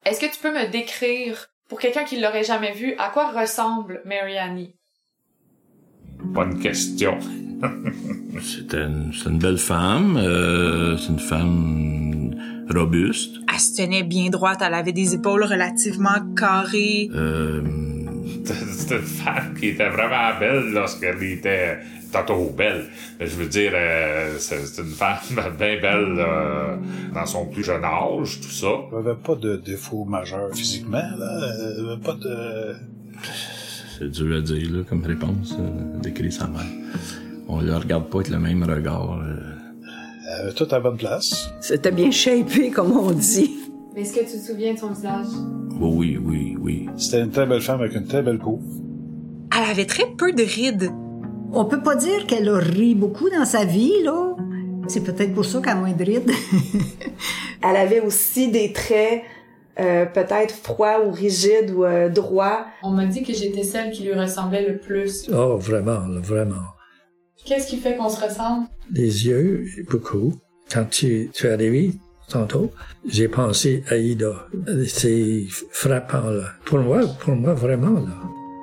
Est-ce que tu peux me décrire, pour quelqu'un qui l'aurait jamais vu, à quoi ressemble Mary Annie? Bonne question. C'est une belle femme. C'est une femme robuste. Elle se tenait bien droite. Elle avait des épaules relativement carrées. C'est une femme qui était vraiment belle lorsqu'elle était tantôt belle. Mais je veux dire, c'est une femme bien belle dans son plus jeune âge, tout ça. Elle avait pas de défaut majeur physiquement, là. Elle avait pas de... C'est dur à dire, là, comme réponse, décrire sa mère. On la regarde pas avec le même regard. Elle avait tout à la bonne place. C'était bien shapé, comme on dit. Mais est-ce que tu te souviens de son visage? Oui. C'était une très belle femme avec une très belle peau. Elle avait très peu de rides. On peut pas dire qu'elle a ri beaucoup dans sa vie, là. C'est peut-être pour ça qu'elle a moins de rides. Elle avait aussi des traits peut-être froids ou rigides ou droits. On m'a dit que j'étais celle qui lui ressemblait le plus. Oh, vraiment, vraiment. Qu'est-ce qui fait qu'on se ressemble? Les yeux, beaucoup. Quand tu es arrivé tantôt, j'ai pensé à Ida. C'est frappant, là. Pour moi, vraiment, là.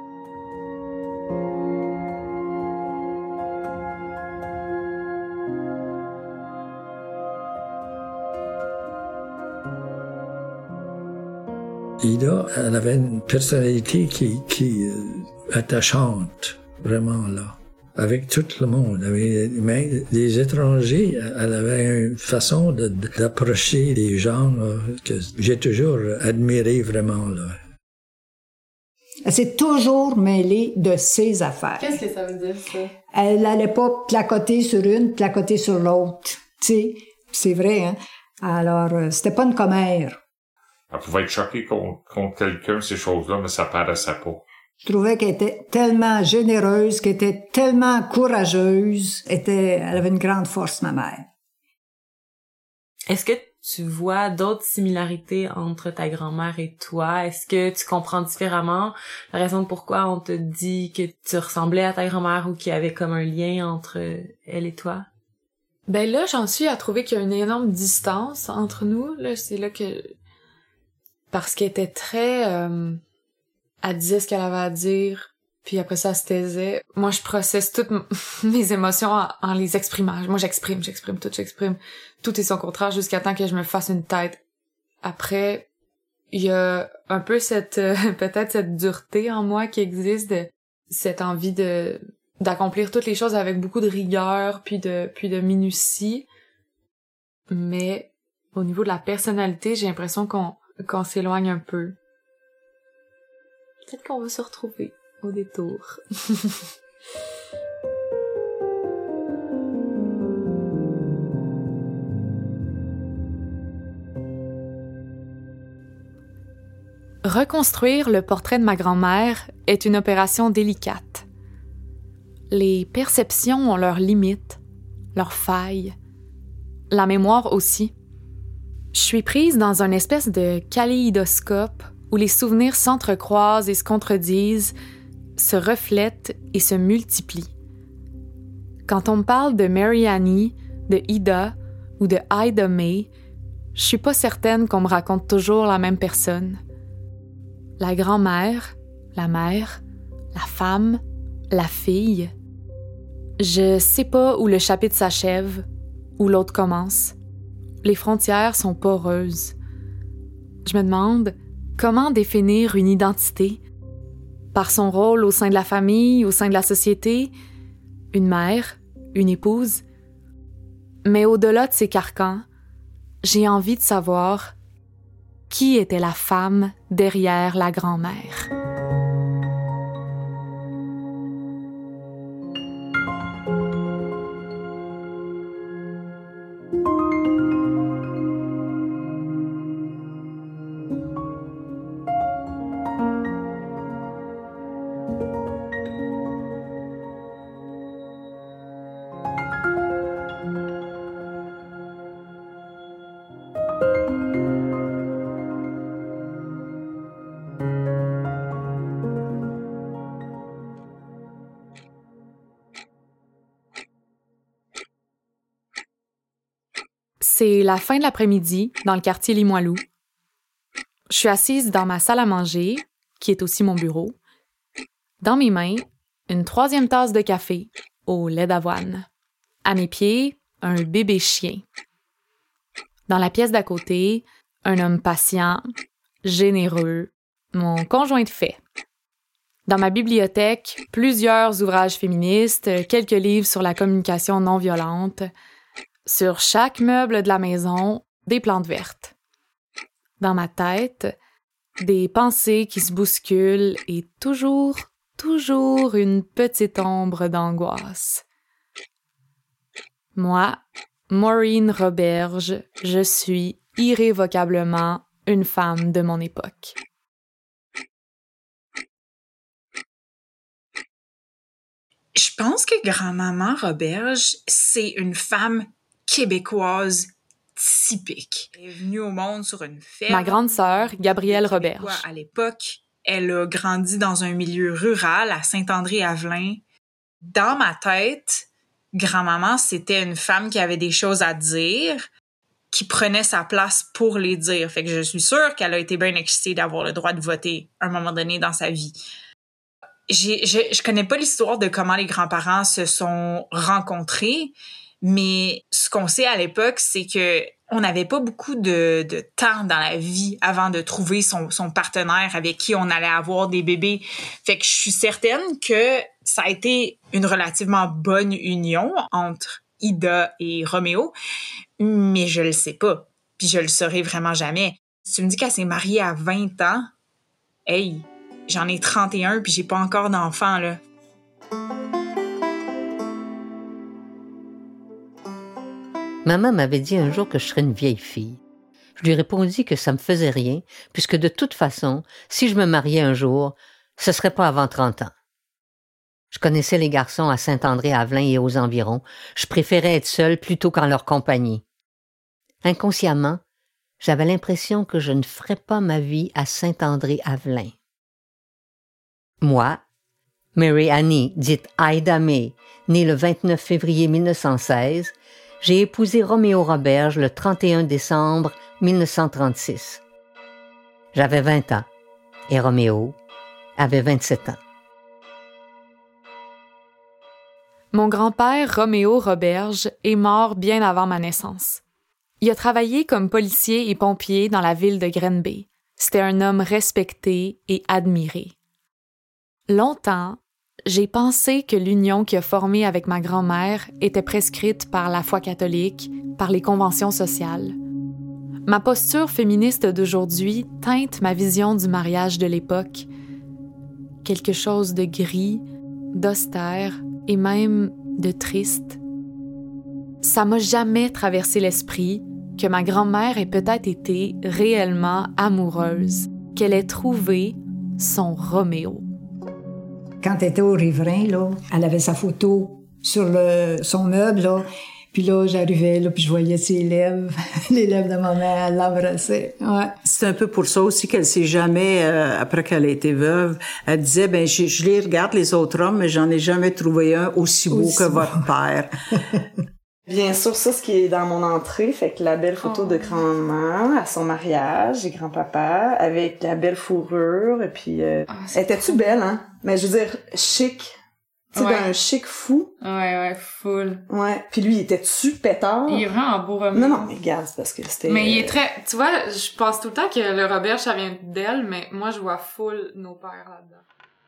Ida, elle avait une personnalité qui attachante, vraiment, là. Avec tout le monde. Mais les étrangers, elle avait une façon d'approcher les gens là, que j'ai toujours admiré vraiment, là. Elle s'est toujours mêlée de ses affaires. Qu'est-ce que ça veut dire, ça? Elle allait pas placoter sur une, placoter sur l'autre. Tu sais, c'est vrai, hein? Alors, c'était pas une commère. Elle pouvait être choquée contre quelqu'un, ces choses-là, mais ça paraissait pas. Je trouvais qu'elle était tellement généreuse, qu'elle était tellement courageuse. Elle avait une grande force, ma mère. Est-ce que tu vois d'autres similarités entre ta grand-mère et toi? Est-ce que tu comprends différemment la raison de pourquoi on te dit que tu ressemblais à ta grand-mère ou qu'il y avait comme un lien entre elle et toi? Ben là, j'en suis à trouver qu'il y a une énorme distance entre nous. Là, c'est là que... Parce qu'elle était très... Elle disait ce qu'elle avait à dire, puis après ça, elle se taisait. Moi, je processe toutes mes émotions en les exprimant. Moi, j'exprime. Tout est son contraire jusqu'à temps que je me fasse une tête. Après, il y a un peu cette peut-être cette dureté en moi qui existe, de cette envie d'accomplir toutes les choses avec beaucoup de rigueur puis de minutie. Mais au niveau de la personnalité, j'ai l'impression qu'on s'éloigne un peu. Peut-être qu'on va se retrouver au détour. Reconstruire le portrait de ma grand-mère est une opération délicate. Les perceptions ont leurs limites, leurs failles. La mémoire aussi. Je suis prise dans une espèce de kaléidoscope où les souvenirs s'entrecroisent et se contredisent, se reflètent et se multiplient. Quand on me parle de Mary Annie, de Ida ou de Ida May, je suis pas certaine qu'on me raconte toujours la même personne. La grand-mère, la mère, la femme, la fille. Je sais pas où le chapitre s'achève, où l'autre commence. Les frontières sont poreuses. Je me demande comment définir une identité? Par son rôle au sein de la famille, au sein de la société, une mère, une épouse. Mais au-delà de ces carcans, j'ai envie de savoir qui était la femme derrière la grand-mère. C'est la fin de l'après-midi dans le quartier Limoilou. Je suis assise dans ma salle à manger, qui est aussi mon bureau. Dans mes mains, une 3e tasse de café au lait d'avoine. À mes pieds, un bébé chien. Dans la pièce d'à côté, un homme patient, généreux, mon conjoint de fait. Dans ma bibliothèque, plusieurs ouvrages féministes, quelques livres sur la communication non violente. Sur chaque meuble de la maison, des plantes vertes. Dans ma tête, des pensées qui se bousculent et toujours une petite ombre d'angoisse. Moi, Maureen Roberge, je suis irrévocablement une femme de mon époque. Je pense que grand-maman Roberge, c'est une femme québécoise typique. Elle est venue au monde sur une ferme. Ma grande sœur, Gabrielle Roberge. À l'époque, elle a grandi dans un milieu rural à Saint-André-Avelin. Dans ma tête, grand-maman, c'était une femme qui avait des choses à dire, qui prenait sa place pour les dire. Fait que je suis sûre qu'elle a été bien excitée d'avoir le droit de voter à un moment donné dans sa vie. Je connais pas l'histoire de comment les grands-parents se sont rencontrés, mais ce qu'on sait à l'époque, c'est que on n'avait pas beaucoup de temps dans la vie avant de trouver son partenaire avec qui on allait avoir des bébés. Fait que je suis certaine que ça a été une relativement bonne union entre Ida et Roméo, mais je le sais pas. Puis je le saurai vraiment jamais. Si tu me dis qu'elle s'est mariée à 20 ans, hey, j'en ai 31 puis j'ai pas encore d'enfant, là. Maman m'avait dit un jour que je serais une vieille fille. Je lui répondis que ça me faisait rien, puisque de toute façon, si je me mariais un jour, ce serait pas avant 30 ans. Je connaissais les garçons à Saint-André-Avelin et aux environs. Je préférais être seule plutôt qu'en leur compagnie. Inconsciemment, j'avais l'impression que je ne ferais pas ma vie à Saint-André-Avelin. Moi, Mary Annie, dite Ida May, née le 29 février 1916, j'ai épousé Roméo Roberge le 31 décembre 1936. J'avais 20 ans et Roméo avait 27 ans. Mon grand-père, Roméo Roberge, est mort bien avant ma naissance. Il a travaillé comme policier et pompier dans la ville de Grenby. C'était un homme respecté et admiré. Longtemps, j'ai pensé que l'union qu'il a formée avec ma grand-mère était prescrite par la foi catholique, par les conventions sociales. Ma posture féministe d'aujourd'hui teinte ma vision du mariage de l'époque. Quelque chose de gris, d'austère et même de triste. Ça m'a jamais traversé l'esprit que ma grand-mère ait peut-être été réellement amoureuse, qu'elle ait trouvé son Roméo. Quand elle était au riverain, là, elle avait sa photo sur son meuble, là. Puis là, j'arrivais, là, puis je voyais ses lèvres, les lèvres de ma mère, elle l'embrassait. Ouais. C'est un peu pour ça aussi qu'elle s'est jamais, après qu'elle a été veuve, elle disait, ben, je les regarde, les autres hommes, mais j'en ai jamais trouvé un aussi beau que votre père. Bien sûr, ça, ce qui est dans mon entrée, fait que la belle photo de grand-maman à son mariage et grand-papa, avec la belle fourrure, et puis... étais-tu belle, hein? Mais je veux dire, chic. Tu sais, d'un chic fou. Ouais, full. Ouais. Puis lui, il était-tu pétard? Il est vraiment beau, Roméo. Non, mais regarde, c'est parce que c'était... Mais il est très... Tu vois, je pense tout le temps que le Roberge, ça vient d'elle, mais moi, je vois full nos pères là-dedans.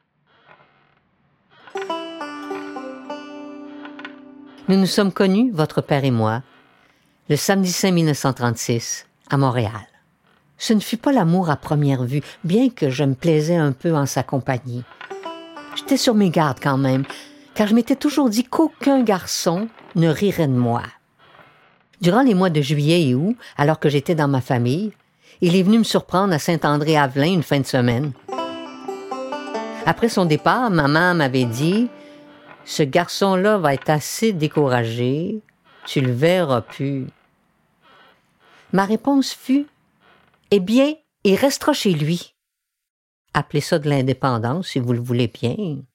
Nous nous sommes connus, votre père et moi, le samedi Saint 1936, à Montréal. Ce ne fut pas l'amour à première vue, bien que je me plaisais un peu en sa compagnie. J'étais sur mes gardes quand même, car je m'étais toujours dit qu'aucun garçon ne rirait de moi. Durant les mois de juillet et août, alors que j'étais dans ma famille, il est venu me surprendre à Saint-André-Avelin une fin de semaine. Après son départ, maman m'avait dit « Ce garçon-là va être assez découragé, tu le verras plus. » Ma réponse fut « Eh bien, il restera chez lui. » Appelez ça de l'indépendance, si vous le voulez bien.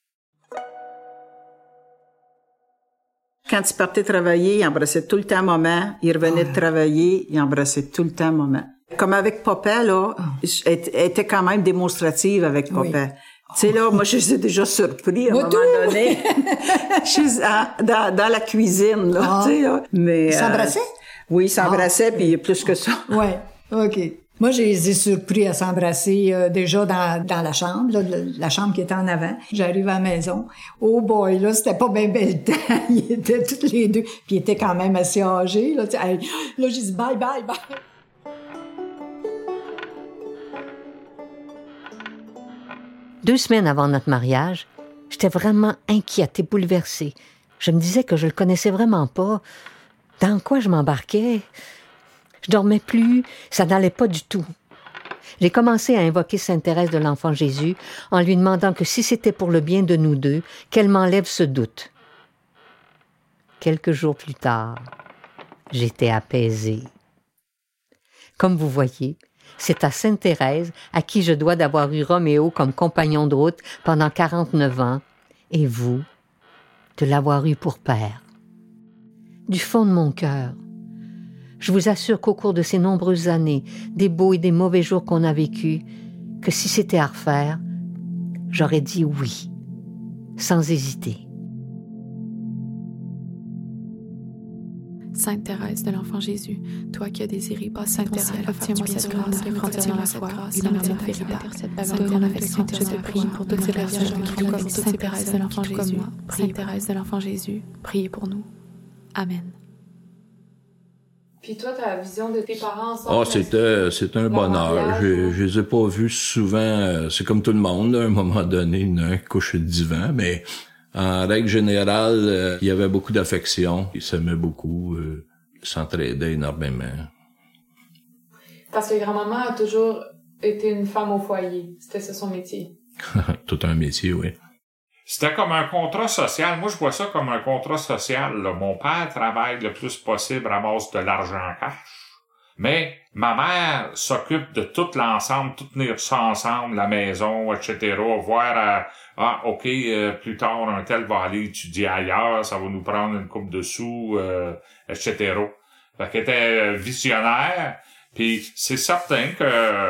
Quand il partait travailler, il embrassait tout le temps maman. Il revenait de travailler, il embrassait tout le temps maman. Comme avec papa, là, elle était quand même démonstrative avec papa. Oui. Tu sais, là, moi, je suis déjà surpris à un moment donné. Je suis dans la cuisine, là, tu sais, là. Mais, ils s'embrassaient? Oui, ils s'embrassaient, puis plus que ça. Ouais, OK. Moi, je les ai surpris à s'embrasser déjà dans la chambre, là, la chambre qui était en avant. J'arrive à la maison. Oh boy, là, c'était pas bien bel temps. Ils étaient toutes les deux. Puis ils étaient quand même assez âgés. Là, là j'ai dit bye, bye, bye. Deux semaines avant notre mariage, j'étais vraiment inquiète et bouleversée. Je me disais que je le connaissais vraiment pas. Dans quoi je m'embarquais? Je dormais plus, ça n'allait pas du tout. J'ai commencé à invoquer Sainte Thérèse de l'Enfant Jésus en lui demandant que si c'était pour le bien de nous deux, qu'elle m'enlève ce doute. Quelques jours plus tard, j'étais apaisée. Comme vous voyez, c'est à Sainte Thérèse à qui je dois d'avoir eu Roméo comme compagnon de route pendant 49 ans, et vous, de l'avoir eu pour père. Du fond de mon cœur, je vous assure qu'au cours de ces nombreuses années, des beaux et des mauvais jours qu'on a vécus, que si c'était à refaire, j'aurais dit oui, sans hésiter. Sainte Thérèse de l'Enfant Jésus, toi qui as désiré passer ton ciel, obtiens-moi cette grâce, obtiens-moi cette grâce, la main véritable, donne l'affection, je te prie pour toutes ces personnes qui crient comme Sainte Thérèse de l'Enfant Jésus, Sainte Thérèse de l'Enfant Jésus, priez pour nous. Amen. Puis toi, ta vision de tes parents ensemble... C'était un bonheur. Je les ai pas vus souvent. C'est comme tout le monde, là, à un moment donné, un couche de divan, mais en règle générale, il y avait beaucoup d'affection. Ils s'aimaient beaucoup, s'entraidaient énormément. Parce que grand-maman a toujours été une femme au foyer. C'était ça son métier. Tout un métier, oui. C'était comme un contrat social. Moi, je vois ça comme un contrat social, là. Mon père travaille le plus possible, ramasse de l'argent en cash. Mais ma mère s'occupe de tout l'ensemble, tout tenir ça ensemble, la maison, etc. Voir, plus tard, un tel va aller étudier ailleurs, ça va nous prendre une coupe de sous, etc. Fait qu'elle était visionnaire. Puis c'est certain que...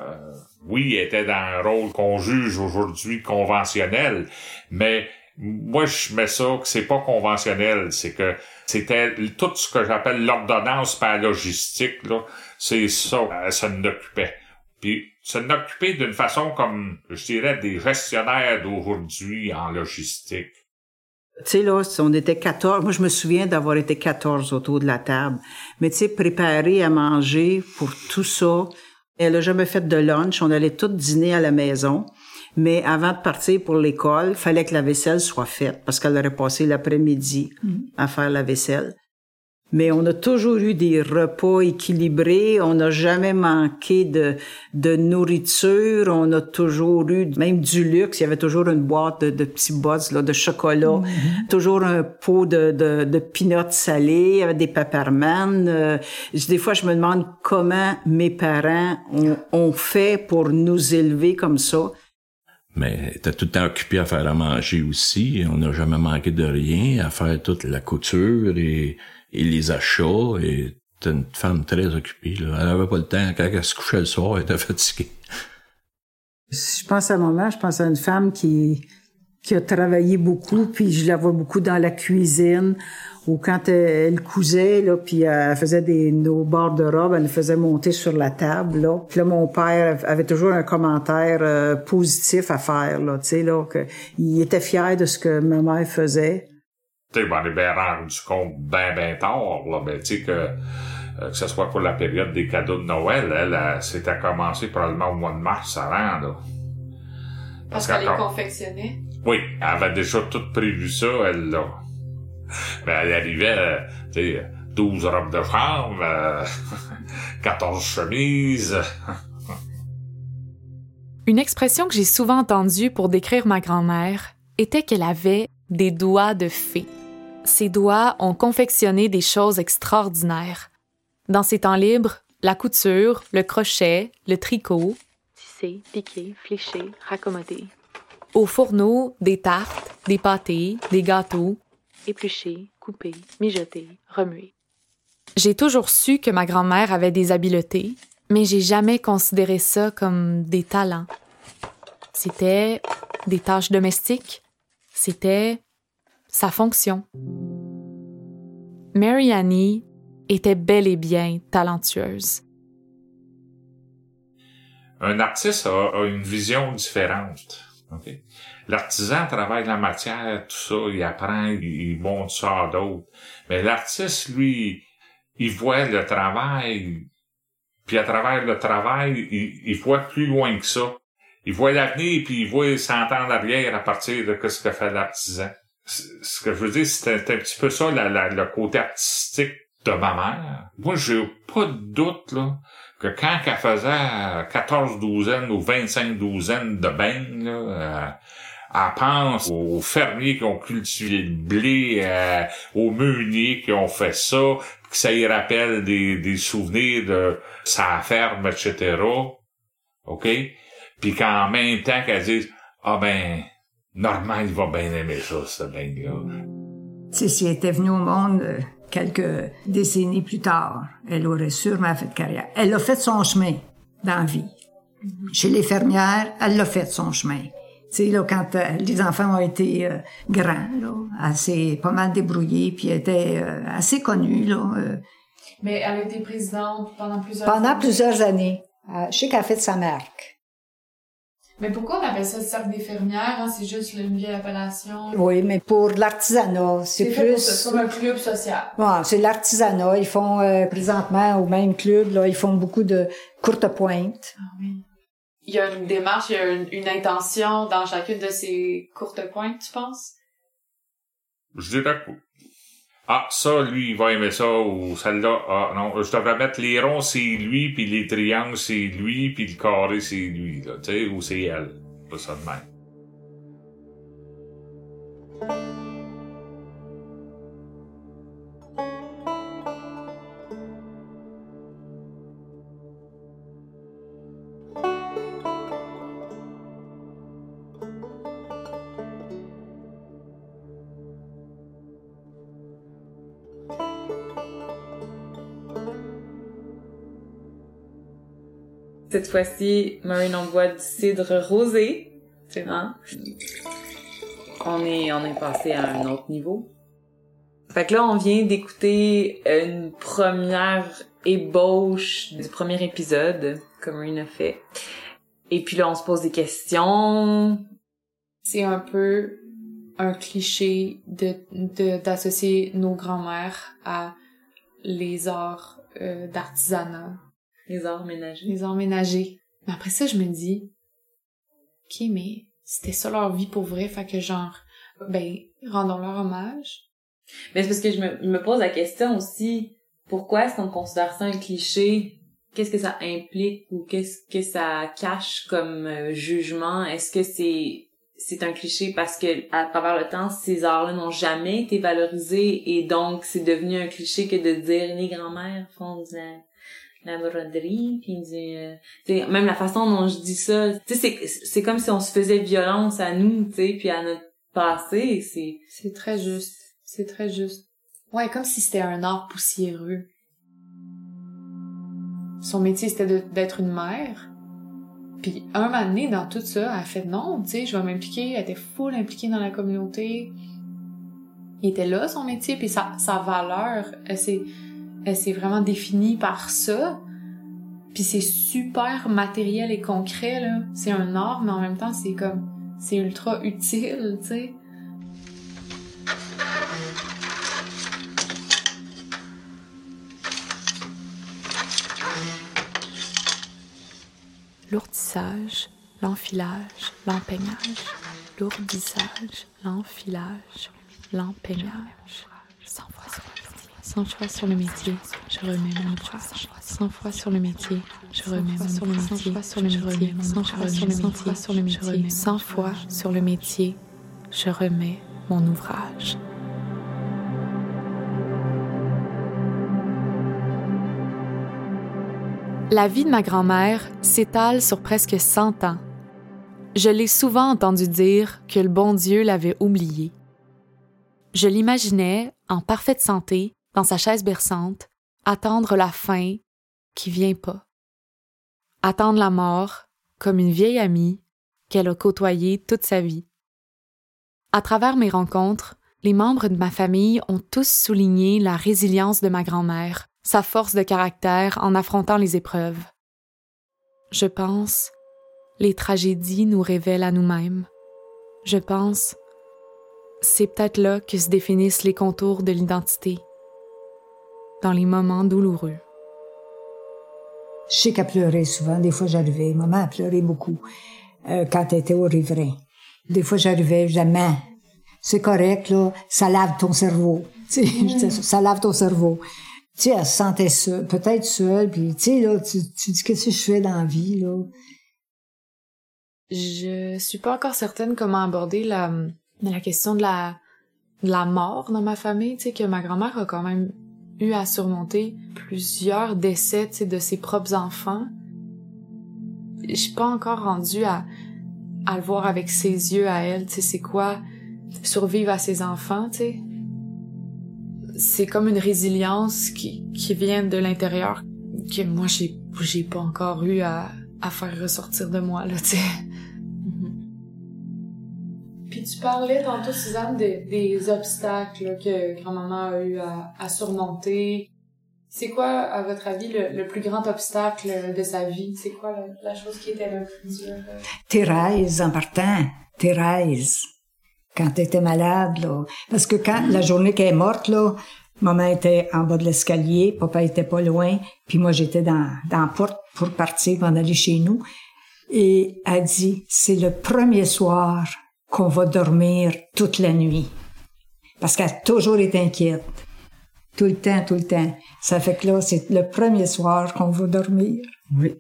oui, elle était dans un rôle qu'on juge aujourd'hui conventionnel, mais moi, je mets ça que c'est pas conventionnel, c'est que c'était tout ce que j'appelle l'ordonnance par la logistique, là, c'est ça, ça nous occupait. Puis ça nous occupait d'une façon comme, je dirais, des gestionnaires d'aujourd'hui en logistique. Tu sais, là, on était 14. Moi, je me souviens d'avoir été 14 autour de la table. Mais tu sais, préparer à manger pour tout ça... Elle a jamais fait de lunch. On allait tous dîner à la maison. Mais avant de partir pour l'école, fallait que la vaisselle soit faite parce qu'elle aurait passé l'après-midi à faire la vaisselle. Mais on a toujours eu des repas équilibrés. On n'a jamais manqué de nourriture. On a toujours eu même du luxe. Il y avait toujours une boîte de petits buzz, là, de chocolat. Toujours un pot de peanuts salés. Il y avait des peppermint. Des fois, je me demande comment mes parents ont fait pour nous élever comme ça. Mais t'es tout le temps occupé à faire à manger aussi. On n'a jamais manqué de rien, à faire toute la couture et les achats. Et t'es une femme très occupée, là. Elle avait pas le temps. Quand elle se couchait le soir, elle était fatiguée. Si je pense à maman, je pense à une femme qui a travaillé beaucoup, puis je la vois beaucoup dans la cuisine, ou quand elle cousait, là, puis elle faisait nos bords de robe, elle nous faisait monter sur la table, là. Puis là, mon père avait toujours un commentaire positif à faire, là, tu sais, là, il était fier de ce que ma mère faisait. Tu sais, on est bien rendu compte ben tard, là, ben, tu sais, que ce soit pour la période des cadeaux de Noël, elle c'était commencé probablement au mois de mars avant, là. Parce qu'elle les confectionnait? Oui, elle avait déjà tout prévu ça, elle, là. Mais elle arrivait, tu sais, 12 robes de chambre, 14 chemises. Une expression que j'ai souvent entendue pour décrire ma grand-mère était qu'elle avait des doigts de fée. Ses doigts ont confectionné des choses extraordinaires. Dans ses temps libres, la couture, le crochet, le tricot, tisser, piquer, flécher, raccommoder. Au fourneau, des tartes, des pâtés, des gâteaux, éplucher, couper, mijoter, remuer. J'ai toujours su que ma grand-mère avait des habiletés, Mais j'ai jamais considéré ça comme des talents. C'était des tâches domestiques. C'était sa fonction. Mary Annie était bel et bien talentueuse. Un artiste a une vision différente. Okay? L'artisan travaille la matière, tout ça, il apprend, il monte ça à d'autres. Mais l'artiste, lui, il voit le travail, puis à travers le travail, il voit plus loin que ça. Il voit l'avenir, puis il voit 100 ans arrière à partir de ce que fait l'artisan. Ce que je veux dire, c'est un petit peu ça, le côté artistique de ma mère. Moi, j'ai pas de doute, là, que quand elle faisait 14 douzaines ou 25 douzaines de beignes, là, elle pense aux fermiers qui ont cultivé le blé, aux meuniers qui ont fait ça, que ça y rappelle des souvenirs de sa ferme, etc. OK? Puis qu'en même temps qu'elle dise « Ah ben, Normand, il va bien aimer ça, ce beigne-là. » Si elle était venue au monde quelques décennies plus tard, elle aurait sûrement fait carrière. Elle a fait son chemin dans la vie. Chez les fermières, elle l'a fait son chemin. Tu sais, là, quand les enfants ont été grands, là, elle s'est pas mal débrouillée, puis elle était assez connue, là. Mais elle a été présidente pendant plusieurs années. Pendant plusieurs années. Je sais qu'elle a fait sa marque. Mais pourquoi on appelle ça le cercle des fermières? Hein? C'est juste une vieille appellation. Oui, mais pour l'artisanat, c'est plus... C'est comme un club social. Ouais, c'est l'artisanat. Ils font présentement au même club, là, ils font beaucoup de courtes pointes. Ah oui. Il y a une démarche, il y a une intention dans chacune de ces courtes pointes, tu penses? Je dirais que... Ah, ça, lui, il va aimer ça, ou celle-là, ah, non, je devrais mettre les ronds, c'est lui, puis les triangles, c'est lui, puis le carré, c'est lui, là, tu sais, ou c'est elle. Pas ça de même. Cette fois-ci, Maureen, on boit du cidre rosé. C'est vrai. On est passé à un autre niveau. Fait que là, on vient d'écouter une première ébauche du premier épisode que Maureen a fait. Et puis là, on se pose des questions. C'est un peu un cliché d'associer nos grands-mères à les arts d'artisanat. Les arts ménagers. Les arts ménagers. Mais après ça, je me dis, OK, mais c'était ça leur vie pour vrai, fait que genre, ben, rendons-leur hommage. Mais c'est parce que je me pose la question aussi, pourquoi est-ce qu'on considère ça un cliché? Qu'est-ce que ça implique ou qu'est-ce que ça cache comme jugement? Est-ce que c'est un cliché parce que à travers le temps, ces arts-là n'ont jamais été valorisés et donc c'est devenu un cliché que de dire les grands-mères font de la broderie, puis même la façon dont je dis ça, tu sais, c'est comme si on se faisait violence à nous, tu sais, puis à notre passé, c'est très juste. C'est très juste. Ouais, comme si c'était un art poussiéreux. Son métier, c'était d'être une mère. Puis un moment donné, dans tout ça, elle a fait non, tu sais, je vais m'impliquer. Elle était full impliquée dans la communauté. Il était là, son métier, puis sa valeur, elle s'est vraiment définie par ça. Puis c'est super matériel et concret, là. C'est un art, mais en même temps, c'est ultra utile, tu sais. Lourdissage, l'enfilage, l'empeignage. Lourdissage, l'enfilage, l'empeignage. 100 fois sur le métier, je remets mon ouvrage. 100 fois sur le métier, je remets mon ouvrage. 100 fois sur le métier, 100 fois sur le métier, 100 fois sur le métier, je remets mon ouvrage. La vie de ma grand-mère s'étale sur presque 100 ans. Je l'ai souvent entendu dire que le bon Dieu l'avait oubliée. Je l'imaginais, en parfaite santé, dans sa chaise berçante, attendre la fin qui vient pas. attendre la mort comme une vieille amie qu'elle a côtoyée toute sa vie. À travers mes rencontres, les membres de ma famille ont tous souligné la résilience de ma grand-mère, sa force de caractère en affrontant les épreuves. Je pense, les tragédies nous révèlent à nous-mêmes. Je pense, c'est peut-être là que se définissent les contours de l'identité, dans les moments douloureux. Je sais qu'elle pleurait souvent. Des fois, j'arrivais. Maman a pleuré beaucoup quand elle était au riverain. Des fois, j'arrivais, je disais, maman, c'est correct, là, ça lave ton cerveau. Tu sais, ça lave ton cerveau. Tu sais, elle se sentait seule, peut-être seule, puis tu sais, là, tu dis, qu'est-ce que je fais dans la vie, là? Je suis pas encore certaine comment aborder la question de la mort dans ma famille, tu sais, que ma grand-mère a quand même eu à surmonter plusieurs décès, tu sais, de ses propres enfants. Je suis pas encore rendue à le voir avec ses yeux à elle, tu sais, c'est quoi survivre à ses enfants, tu sais. C'est comme une résilience qui vient de l'intérieur, que moi, j'ai pas encore eu à faire ressortir de moi, là, tu sais. Puis tu parlais tantôt, Suzanne, des obstacles là, que grand-maman a eu à surmonter. C'est quoi, à votre avis, le plus grand obstacle de sa vie? C'est quoi la chose qui était le plus dur? Thérèse, en partant. Thérèse. Quand elle était malade, là. Parce que quand la journée qu'elle est morte, là, maman était en bas de l'escalier, papa était pas loin, puis moi, j'étais dans la porte pour partir, pour en aller chez nous. Et elle dit, c'est le premier soir qu'on va dormir toute la nuit. Parce qu'elle a toujours été inquiète. Tout le temps. Ça fait que là, c'est le premier soir qu'on va dormir. Oui.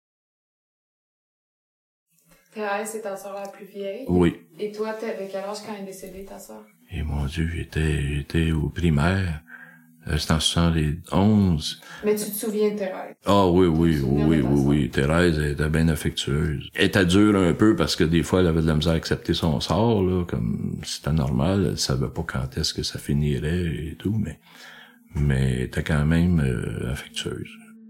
Thérèse, c'est ta sœur la plus vieille? Oui. Et toi, t'avais quel âge quand elle est décédée, ta sœur? Et mon Dieu, j'étais au primaire. C'était en 71. Mais tu te souviens de Thérèse? Ah oui. Thérèse elle était bien affectueuse. Elle était dure un peu parce que des fois, elle avait de la misère à accepter son sort, là, comme c'était normal. Elle savait pas quand est-ce que ça finirait et tout, mais elle était quand même affectueuse.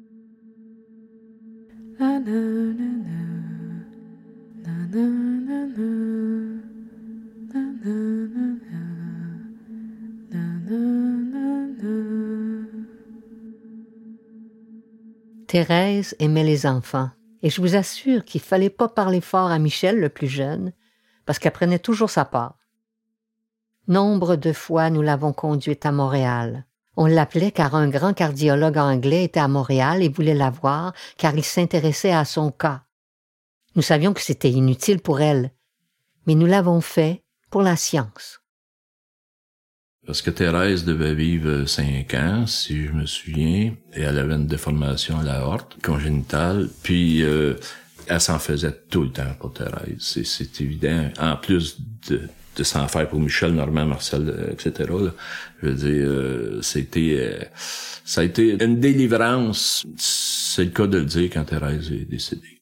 Thérèse aimait les enfants, et je vous assure qu'il fallait pas parler fort à Michel, le plus jeune, parce qu'elle prenait toujours sa part. Nombre de fois, nous l'avons conduite à Montréal. On l'appelait car un grand cardiologue anglais était à Montréal et voulait la voir car il s'intéressait à son cas. Nous savions que c'était inutile pour elle, mais nous l'avons fait pour la science. Parce que Thérèse devait vivre 5 ans, si je me souviens, et elle avait une déformation à l'aorte congénitale, puis elle s'en faisait tout le temps pour Thérèse. C'est évident. En plus de s'en faire pour Michel, Normand, Marcel, etc., là, je veux dire, ça a été une délivrance, c'est le cas de le dire, quand Thérèse est décédée.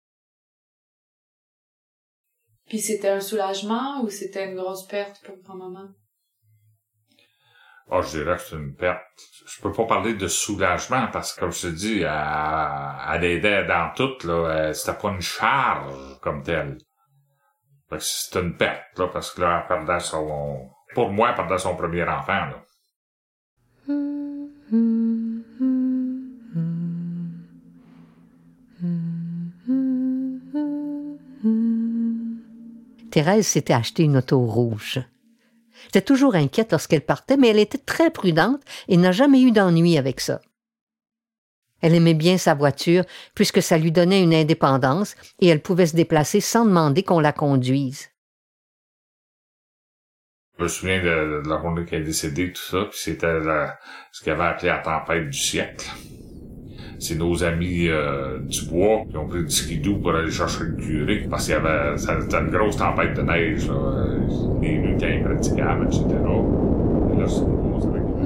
Puis c'était un soulagement ou c'était une grosse perte pour grand-maman? Oh, je dirais que c'est une perte. Je peux pas parler de soulagement parce que, comme je te dis, elle aidait dans tout, là. C'était pas une charge comme telle. Fait que c'est une perte, là, parce que là, elle perdait pour moi, elle perdait son premier enfant, là. Thérèse s'était acheté une auto rouge. J'étais toujours inquiète lorsqu'elle partait, mais elle était très prudente et n'a jamais eu d'ennui avec ça. Elle aimait bien sa voiture puisque ça lui donnait une indépendance et elle pouvait se déplacer sans demander qu'on la conduise. Je me souviens de la journée qu'elle est décédée, tout ça, puis c'était ce qu'elle avait appelé la tempête du siècle. C'est nos amis du bois qui ont pris du skidoo pour aller chercher le curé, parce qu'il y avait c'était une grosse tempête de neige, là, les rues étaient impraticables, etc. Et là, c'est bon, c'est vrai qu'il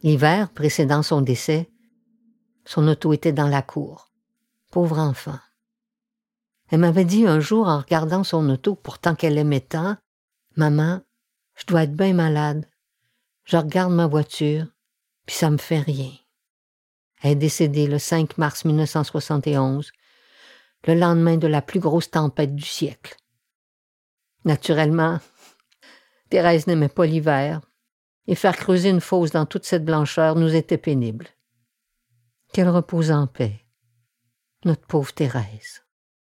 L'hiver précédant son décès, son auto était dans la cour. Pauvre enfant. Elle m'avait dit un jour en regardant son auto, pourtant qu'elle aimait tant, « Maman, je dois être bien malade. Je regarde ma voiture, puis ça me fait rien. » Elle est décédée le 5 mars 1971, le lendemain de la plus grosse tempête du siècle. Naturellement, Thérèse n'aimait pas l'hiver, et faire creuser une fosse dans toute cette blancheur nous était pénible. Qu'elle repose en paix, notre pauvre Thérèse.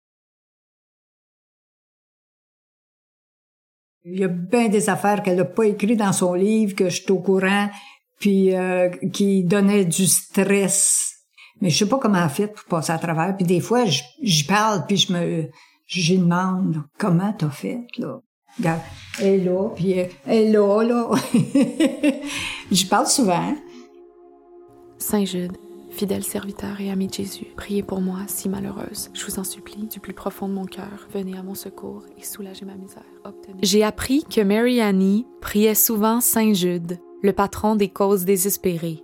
Il y a bien des affaires qu'elle n'a pas écrites dans son livre, que je suis au courant, puis qui donnaient du stress. Mais je sais pas comment elle a fait pour passer à travers. Puis des fois, j'y parle, puis j'y demande, comment t'as fait, là? Regarde, elle est là, puis elle est là. J'y parle souvent. Saint Jude, fidèle serviteur et ami de Jésus, priez pour moi, si malheureuse. Je vous en supplie, du plus profond de mon cœur, venez à mon secours et soulagez ma misère. Obtenez. J'ai appris que Mary Annie priait souvent Saint Jude, le patron des causes désespérées.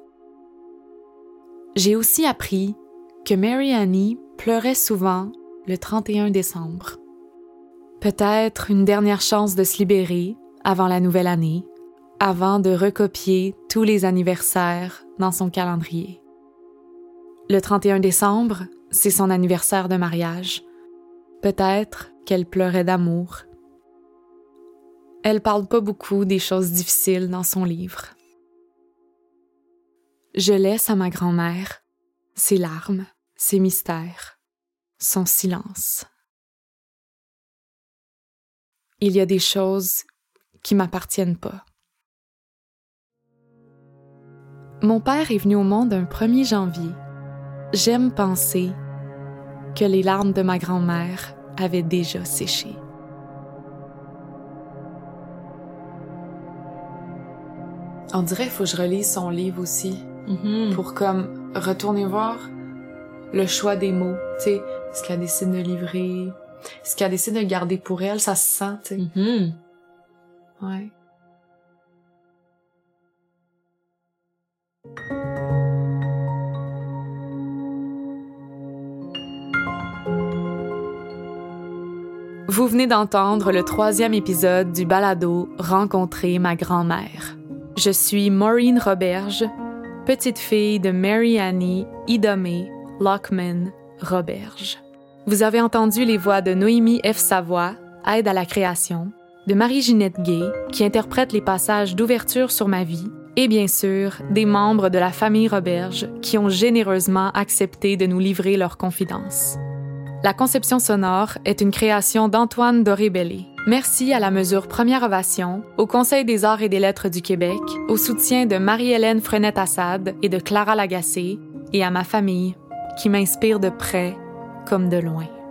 J'ai aussi appris que Mary Annie pleurait souvent le 31 décembre. Peut-être une dernière chance de se libérer avant la nouvelle année, avant de recopier tous les anniversaires dans son calendrier. Le 31 décembre, c'est son anniversaire de mariage. Peut-être qu'elle pleurait d'amour. Elle parle pas beaucoup des choses difficiles dans son livre. Je laisse à ma grand-mère ses larmes, ses mystères, son silence. Il y a des choses qui m'appartiennent pas. Mon père est venu au monde un 1er janvier. J'aime penser que les larmes de ma grand-mère avaient déjà séché. On dirait qu'il faut que je relise son livre aussi, pour comme retourner voir le choix des mots, tu sais, ce qu'elle décide de livrer, ce qu'elle décide de garder pour elle, ça se sent, tu sais. Ouais. Vous venez d'entendre le 3e épisode du balado « Rencontrer ma grand-mère ». Je suis Maureen Roberge, petite fille de Mary Annie Idomé Lockman Roberge. Vous avez entendu les voix de Noémie F. Savoie, aide à la création, de Marie-Ginette Gay, qui interprète les passages d'ouverture sur ma vie, et bien sûr, des membres de la famille Roberge qui ont généreusement accepté de nous livrer leurs confidences. La conception sonore est une création d'Antoine Doré-Bellé. Merci à la mesure Première Ovation, au Conseil des arts et des lettres du Québec, au soutien de Marie-Hélène Frenette-Assad et de Clara Lagacé, et à ma famille, qui m'inspire de près comme de loin.